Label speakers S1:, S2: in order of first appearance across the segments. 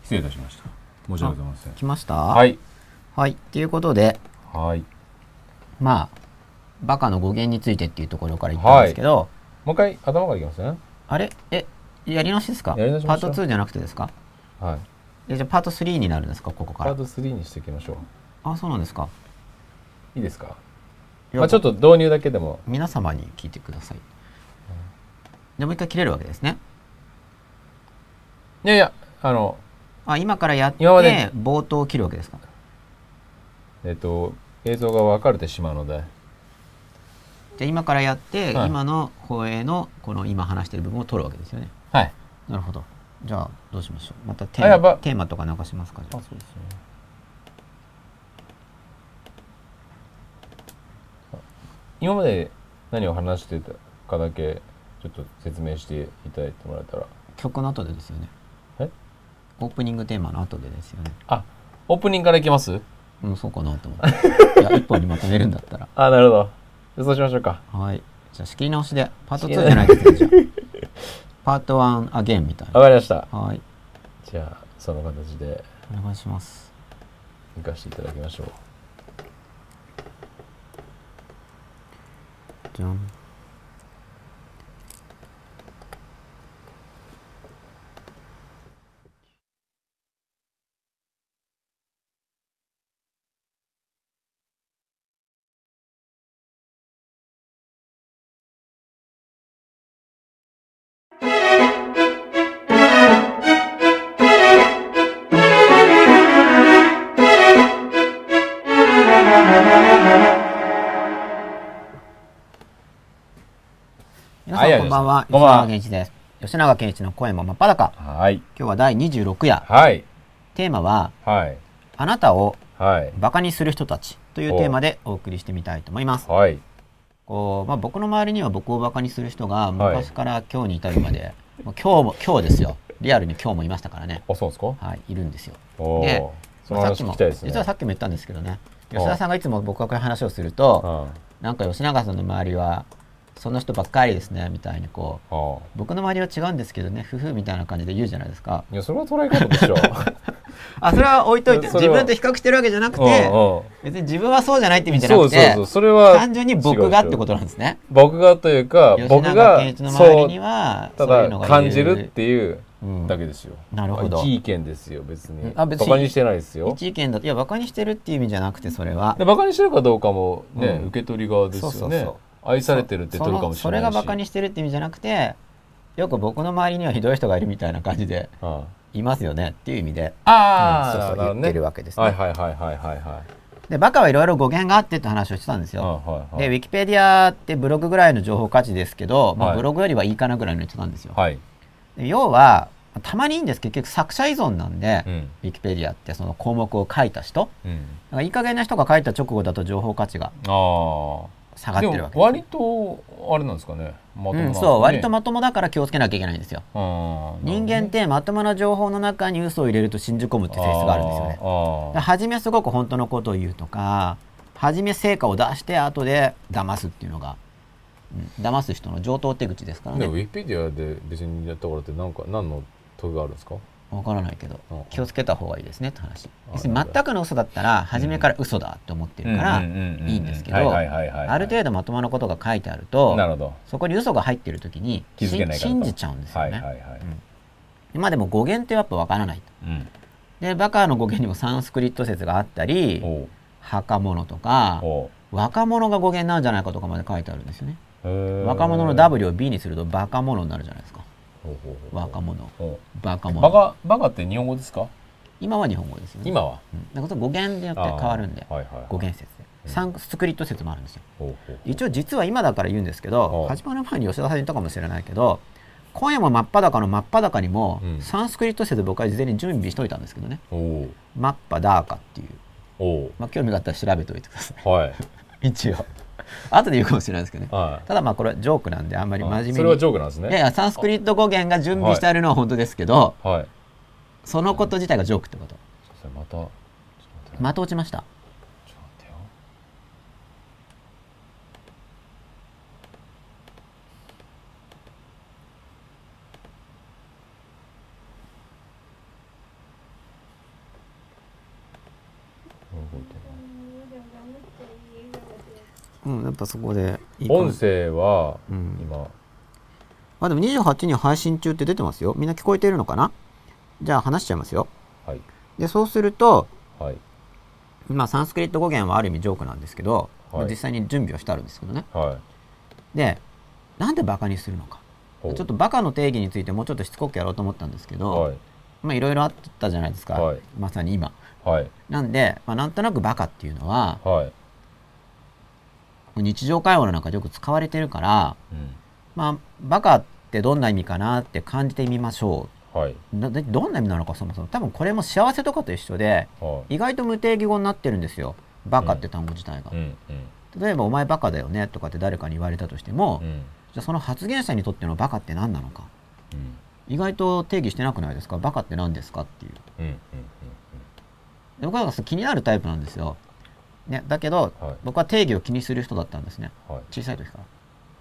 S1: 失礼いたしました。申し訳ございません。
S2: 来ました。
S1: はい。
S2: はい。ということで、
S1: はい。
S2: まあ、バカの語源についてっていうところから言ったんですけど、
S1: もう一回頭からいきますね。
S2: あれやり直しですか？
S1: やり直しましょう。
S2: パート2じゃなくてですか？
S1: はい。
S2: じゃあパート3になるんですか、ここから。
S1: パート3にしていきましょう。
S2: あ、そうなんですか。
S1: いいですか？ちょっと導入だけでも。
S2: 皆様に聞いてください。でもう一回切れるわけですね。
S1: いやいや、
S2: 今からやって冒頭を切るわけですか？
S1: 映像が分かれてしまうので。
S2: じゃあ今からやって、今の放映のこの今話している部分を取るわけですよね。
S1: はい。
S2: なるほど。じゃあどうしましょう。またテーマとか流しますか？
S1: そうですね。今まで何を話してたかだけちょっと説明していただいてもらえたら。
S2: 曲の後でですよね。オープニングテーマの後でですよね。
S1: オープニングからいきます？
S2: そうかなと思っていや一本にまとめるんだったら
S1: なるほど。そうしましょうか。
S2: はい。じゃあ仕切り直しでパート2じゃないですね。じゃあパート1アゲンみたいな。
S1: わかりました。
S2: はい。
S1: じゃあその形で
S2: お願いします。
S1: 行かせていただきましょう。
S2: じゃん。皆さんこんばんは。吉永健一です。吉永健一の声も真っ裸。
S1: はい。
S2: 今日は第26夜。
S1: はい。
S2: テーマは、
S1: はい。
S2: あなたを
S1: はい。
S2: バカにする人たちというテーマでお送りしてみたいと思います。
S1: はい。
S2: 僕の周りには僕をバカにする人が昔から今日に至るまで、今日ですよ。リアルに今日もいましたからね。
S1: そうですか？
S2: はい、いるんですよ。
S1: で、さっきも
S2: 実はさっきも言ったんですけどね。吉田さんがいつも僕がこういう話をすると、なんか吉永さんの周りはその人ばっかりですねみたいに僕の周りは違うんですけどね、夫婦みたいな感じで言うじゃないですか。
S1: いや、それは捉え方でしょ。
S2: それは置いといて、自分と比較してるわけじゃなくて、別に自分はそうじゃないって意味じゃなくて、
S1: それは
S2: 単純に僕がってことなんですね。
S1: 僕がというか、僕が
S2: そうた
S1: だ感じるっていうだけですよ。
S2: なるほど。
S1: 一意見ですよ、別に。バカにしてないですよ。
S2: 一意見だと、いやバカにしてるっていう意味じゃなくて、それは
S1: バカにしてるかどうかもね、受け取り側ですよね。愛されてるって取るかもしれないし、
S2: それがバカにしてるって意味じゃなくて、よく僕の周りにはひどい人がいるみたいな感じでいますよねっていう意味で言ってるわけですね。でバカはいろいろ語源があってって話をしてたんですよ。でウィキペディアってブログぐらいの情報価値ですけど、ブログよりはいいかなぐらいのやつなんですよ。で要はたまにいいんです。結局作者依存なんで、ウィキペディアってその項目を書いた人、いい加減な人が書いた直後だと情報価値が下がってるわけです。
S1: でも割とあれなんですかね。
S2: そう、割とまともだから気をつけなきゃいけないんですよ。人間ってまともな情報の中に嘘を入れると信じ込むって性質があるんですよね。初めすごく本当のことを言うとか、初め成果を出して後で騙すっていうのが、騙す人の常套手口ですからね。
S1: でもウィキペディアで別にやったからって何の得があるんですか？
S2: わからないけど、気をつけた方がいいですねって話。全くの嘘だったら初めから嘘だって思ってるからいいんですけど、ある程度まともなことが書いてあると、そこに嘘が入ってる時に信じちゃうんですよね。まあでも語源ってやっぱわからないと。でバカの語源にもサンスクリット説があったり、墓物とか若者が語源なんじゃないかとかまで書いてあるんですよね。若者の W を B にするとバカ者になるじゃないですか。若者、バカ者。
S1: バカって日本語ですか？
S2: 今は日本語ですよね。
S1: 今は。
S2: だから語源によって変わるんで、語源説で。サンスクリット説もあるんですよ。一応実は今だから言うんですけど、始まる前に吉田さん言ったかもしれないけど、今夜も真っ裸の真っ裸にも、サンスクリット説僕は事前に準備しといたんですけどね。マッパダーカっていう。興味があったら調べておいてください。一応。後で言うかもしれないですけどね。ただまあこれはジョークなんであんまり真面目に。
S1: それはジョークなんですね。
S2: いやいやサンスクリット語源が準備してあるのは本当ですけど、そのこと自体がジョークってこと。また落ちました。 やっぱそこで
S1: いい音声は今、
S2: でも28に配信中って出てますよ。みんな聞こえているのかな。じゃあ話しちゃいますよ。
S1: はい、
S2: でそうすると、
S1: はい、
S2: サンスクリット語源はある意味ジョークなんですけど、
S1: はい、
S2: 実際に準備をしてあるんですけどね、
S1: はい、
S2: でなんでバカにするのか、ちょっとバカの定義についてもうちょっとしつこくやろうと思ったんですけど、いろいろあったじゃないですか、
S1: はい、
S2: まさに今、
S1: はい、
S2: なんで、なんとなくバカっていうのは、
S1: はい、
S2: 日常会話の中でよく使われてるから、バカってどんな意味かなって感じてみましょう、はい、どんな意味なのか、そもそも多分これも幸せとかと一緒で、意外と無定義語になってるんですよ、バカって単語自体が。例えばお前バカだよねとかって誰かに言われたとしても、じゃあその発言者にとってのバカって何なのか、意外と定義してなくないですか。バカって何ですかっていう。僕は気になるタイプなんですよ、ね、だけど、僕は定義を気にする人だったんですね、小さい時から。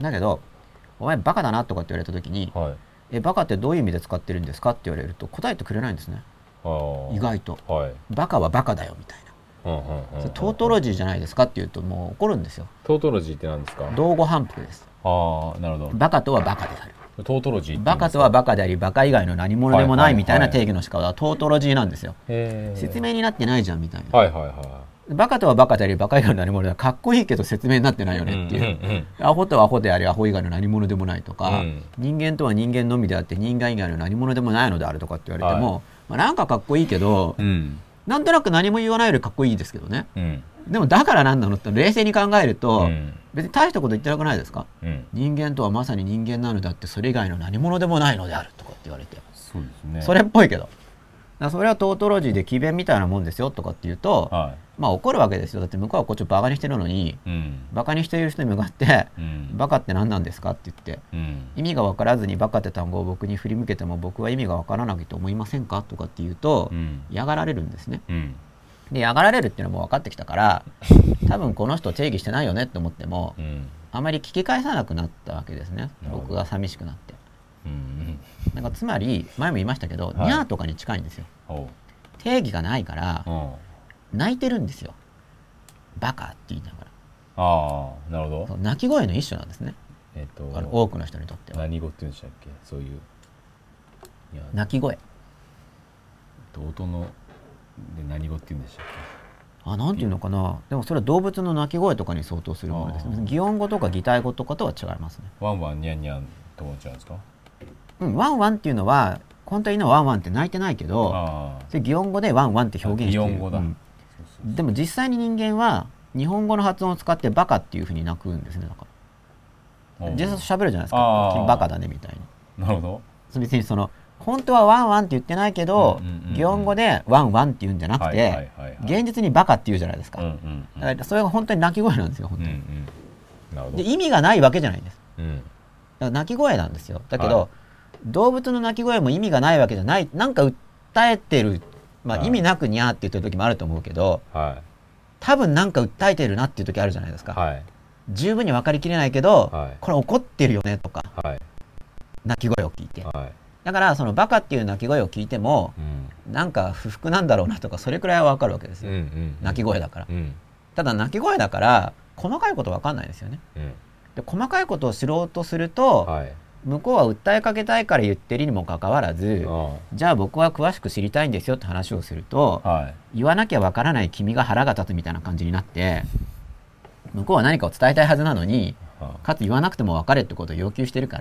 S2: だけどお前バカだなとかって言われた時に、バカってどういう意味で使ってるんですかって言われると答えてくれないんですね、意外と。バカはバカだよみたいな。トートロジーじゃないですかって言うともう怒るんですよ。
S1: トートロジーって何ですか。
S2: 同語反復です。
S1: なるほど。
S2: バカとはバカである。
S1: トートロジー。
S2: バカとはバカであり、バカ以外の何者でもないみたいな定義の仕方はトートロジーなんですよ。説明になってないじゃんみたいな。バカとはバカであり、バカ以外の何者ではかっこいいけど説明になってないよねっていう。アホとはアホであり、アホ以外の何者でもないとか、人間とは人間のみであって人間以外の何者でもないのであるとかって言われても、なんかかっこいいけど、なんとなく何も言わないよりかっこいいですけどね、でもだからなんなのって冷静に考えると、別に大したこと言ってなくないですか、人間とはまさに人間なのであってそれ以外の何者でもないのであるとかって言われて、
S1: そうですね、
S2: それっぽいけど、それはトートロジーで詭弁みたいなもんですよとかって言うと、怒るわけですよ。だって向こうはこっちをバカにしてるのに、バカにしている人に向かって、バカって何なんですかって言って、意味が分からずにバカって単語を僕に振り向けても僕は意味が分からないと思いませんかとかって言うと、嫌がられるんですね。で嫌がられるっていうのも分かってきたから多分この人定義してないよねって思っても、あまり聞き返さなくなったわけですね、僕が寂しくなって。なんかつまり前も言いましたけど、ニャーとかに近いんですよ。定義がないから泣いてるんですよ、バカって言いながら。
S1: なるほど。
S2: 泣き声の一種なんですね、多くの人にとっては。
S1: 何語って言うんでしたっけ、そういう
S2: 泣き声。
S1: 音ので何語って言うんでしたっけ。
S2: なんていうのかな、でもそれは動物の鳴き声とかに相当するものですね。擬音語とか擬態語とかとは違いますね。
S1: ワンワンニャンニャンと思っちゃうんですか。
S2: ワンワンっていうのは本当にワンワンって鳴いてないけど、それ擬音語でワンワンって表現してる。擬音語だ。でも実際に人間は日本語の発音を使ってバカっていうふうに鳴くんですね。だから実際喋るじゃないですか、君バカだねみたい
S1: な。なるほど。
S2: 別に本当はワンワンって言ってないけど、擬音語でワンワンって言うんじゃなくて、現実にバカって言うじゃないですか。だからそれが本当に鳴き声なんですよ、本当に。で意味がないわけじゃないんです。だから鳴き声なんですよ。だけど、動物の鳴き声も意味がないわけじゃない、なんか訴えてる、意味なくにゃーって言ってる時もあると思うけど、多分なんか訴えてるなっていう時あるじゃないですか。十分に分かりきれないけど、これ怒ってるよねとか、鳴き声を聞いて。だからそのバカっていう鳴き声を聞いても、なんか不服なんだろうなとか、それくらいは分かるわけですよ、鳴き声だから。ただ鳴き声だから細かいこと分かんないですよね。で細かいことを知ろうとすると、向こうは訴えかけたいから言ってるにもかかわらず、じゃあ僕は詳しく知りたいんですよって話をすると、言わなきゃ分からない君が腹が立つみたいな感じになって、向こうは何かを伝えたいはずなのに、かつ言わなくても分かれってことを要求してるから、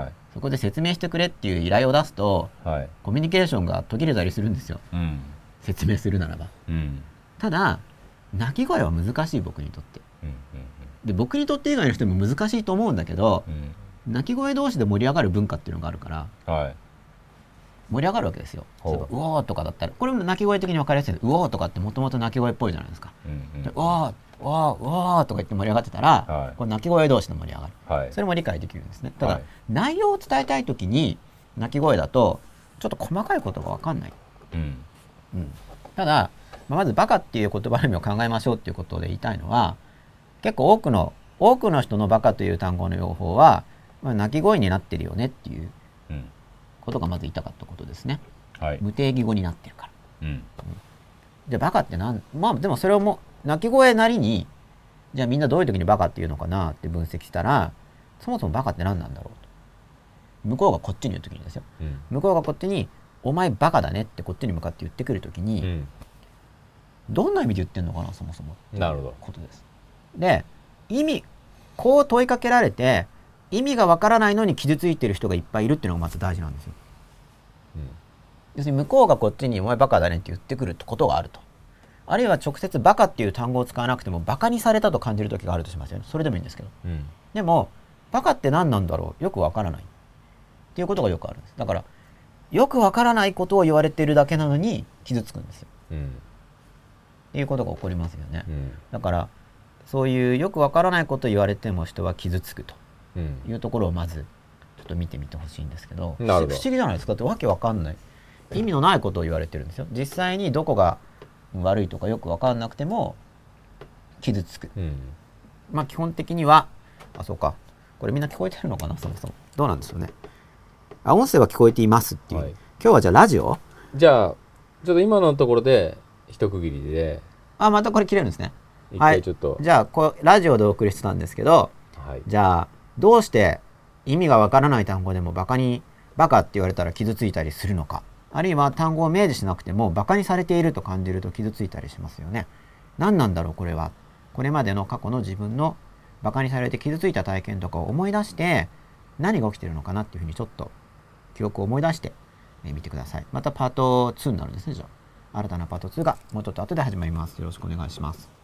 S2: そこで説明してくれっていう依頼を出すと、コミュニケーションが途切れたりするんですよ、説明するならば。ただ鳴き声は難しい、僕にとって。で僕にとって以外の人も難しいと思うんだけど、鳴き声同士で盛り上がる文化っていうのがあるから、盛り上がるわけですよ。例えばうおーとかだったら、これも鳴き声的に分かりやすい。うおーとかってもともと鳴き声っぽいじゃないですか。うおーうおーうおーとか言って盛り上がってたら、これ鳴き声同士で盛り上がる、それも理解できるんですね。ただ、内容を伝えたいときに鳴き声だとちょっと細かいことが分かんない。ただ、まずバカっていう言葉の意味を考えましょうっていうことで言いたいのは、結構多くの人のバカという単語の用法は、鳴き声になってるよねっていうことがまず言いたかったことですね。無定義語になってるから。 じゃあバカってまあでもそれをもう鳴き声なりにじゃあみんなどういう時にバカって言うのかなって分析したら、そもそもバカって何なんだろうと。向こうがこっちに言う時にですよ、向こうがこっちにお前バカだねってこっちに向かって言ってくる時に、どんな意味で言ってんのかなそもそも。
S1: なるほど。
S2: ことです。でこう問いかけられて意味がわからないのに傷ついてる人がいっぱいいるっていうのがまず大事なんですよ。要するに向こうがこっちにお前バカだねって言ってくることがあると。あるいは直接バカっていう単語を使わなくてもバカにされたと感じる時があるとしますよね。それでもいいんですけど、でもバカって何なんだろう、よくわからないっていうことがよくあるんです。だからよくわからないことを言われてるだけなのに傷つくんですよ、っていうことが起こりますよね。だからそういうよくわからないことを言われても人は傷つくというところをまずちょっと見てみてほしいんですけど、不思議じゃないですか。ってわけわかんない意味のないことを言われてるんですよ。実際にどこが悪いとかよく分かんなくても傷つく、まあ基本的にはそうか、これみんな聞こえてるのかな、そもそもどうなんでしょうね。音声は聞こえていますっていう、今日はじゃあラジオ
S1: じゃあちょっと今のところで一区切りで
S2: またこれ切れるんですね。
S1: 一回ちょっと、
S2: じゃあラジオでお送りしてたんですけど、じゃあどうして意味が分からない単語でもバカって言われたら傷ついたりするのか、あるいは単語を明示しなくてもバカにされていると感じると傷ついたりしますよね。何なんだろうこれは。これまでの過去の自分のバカにされて傷ついた体験とかを思い出して何が起きているのかなっていうふうにちょっと記憶を思い出してみてください。またパート2になるんですね。じゃあ新たなパート2がもうちょっと後で始まります。よろしくお願いします。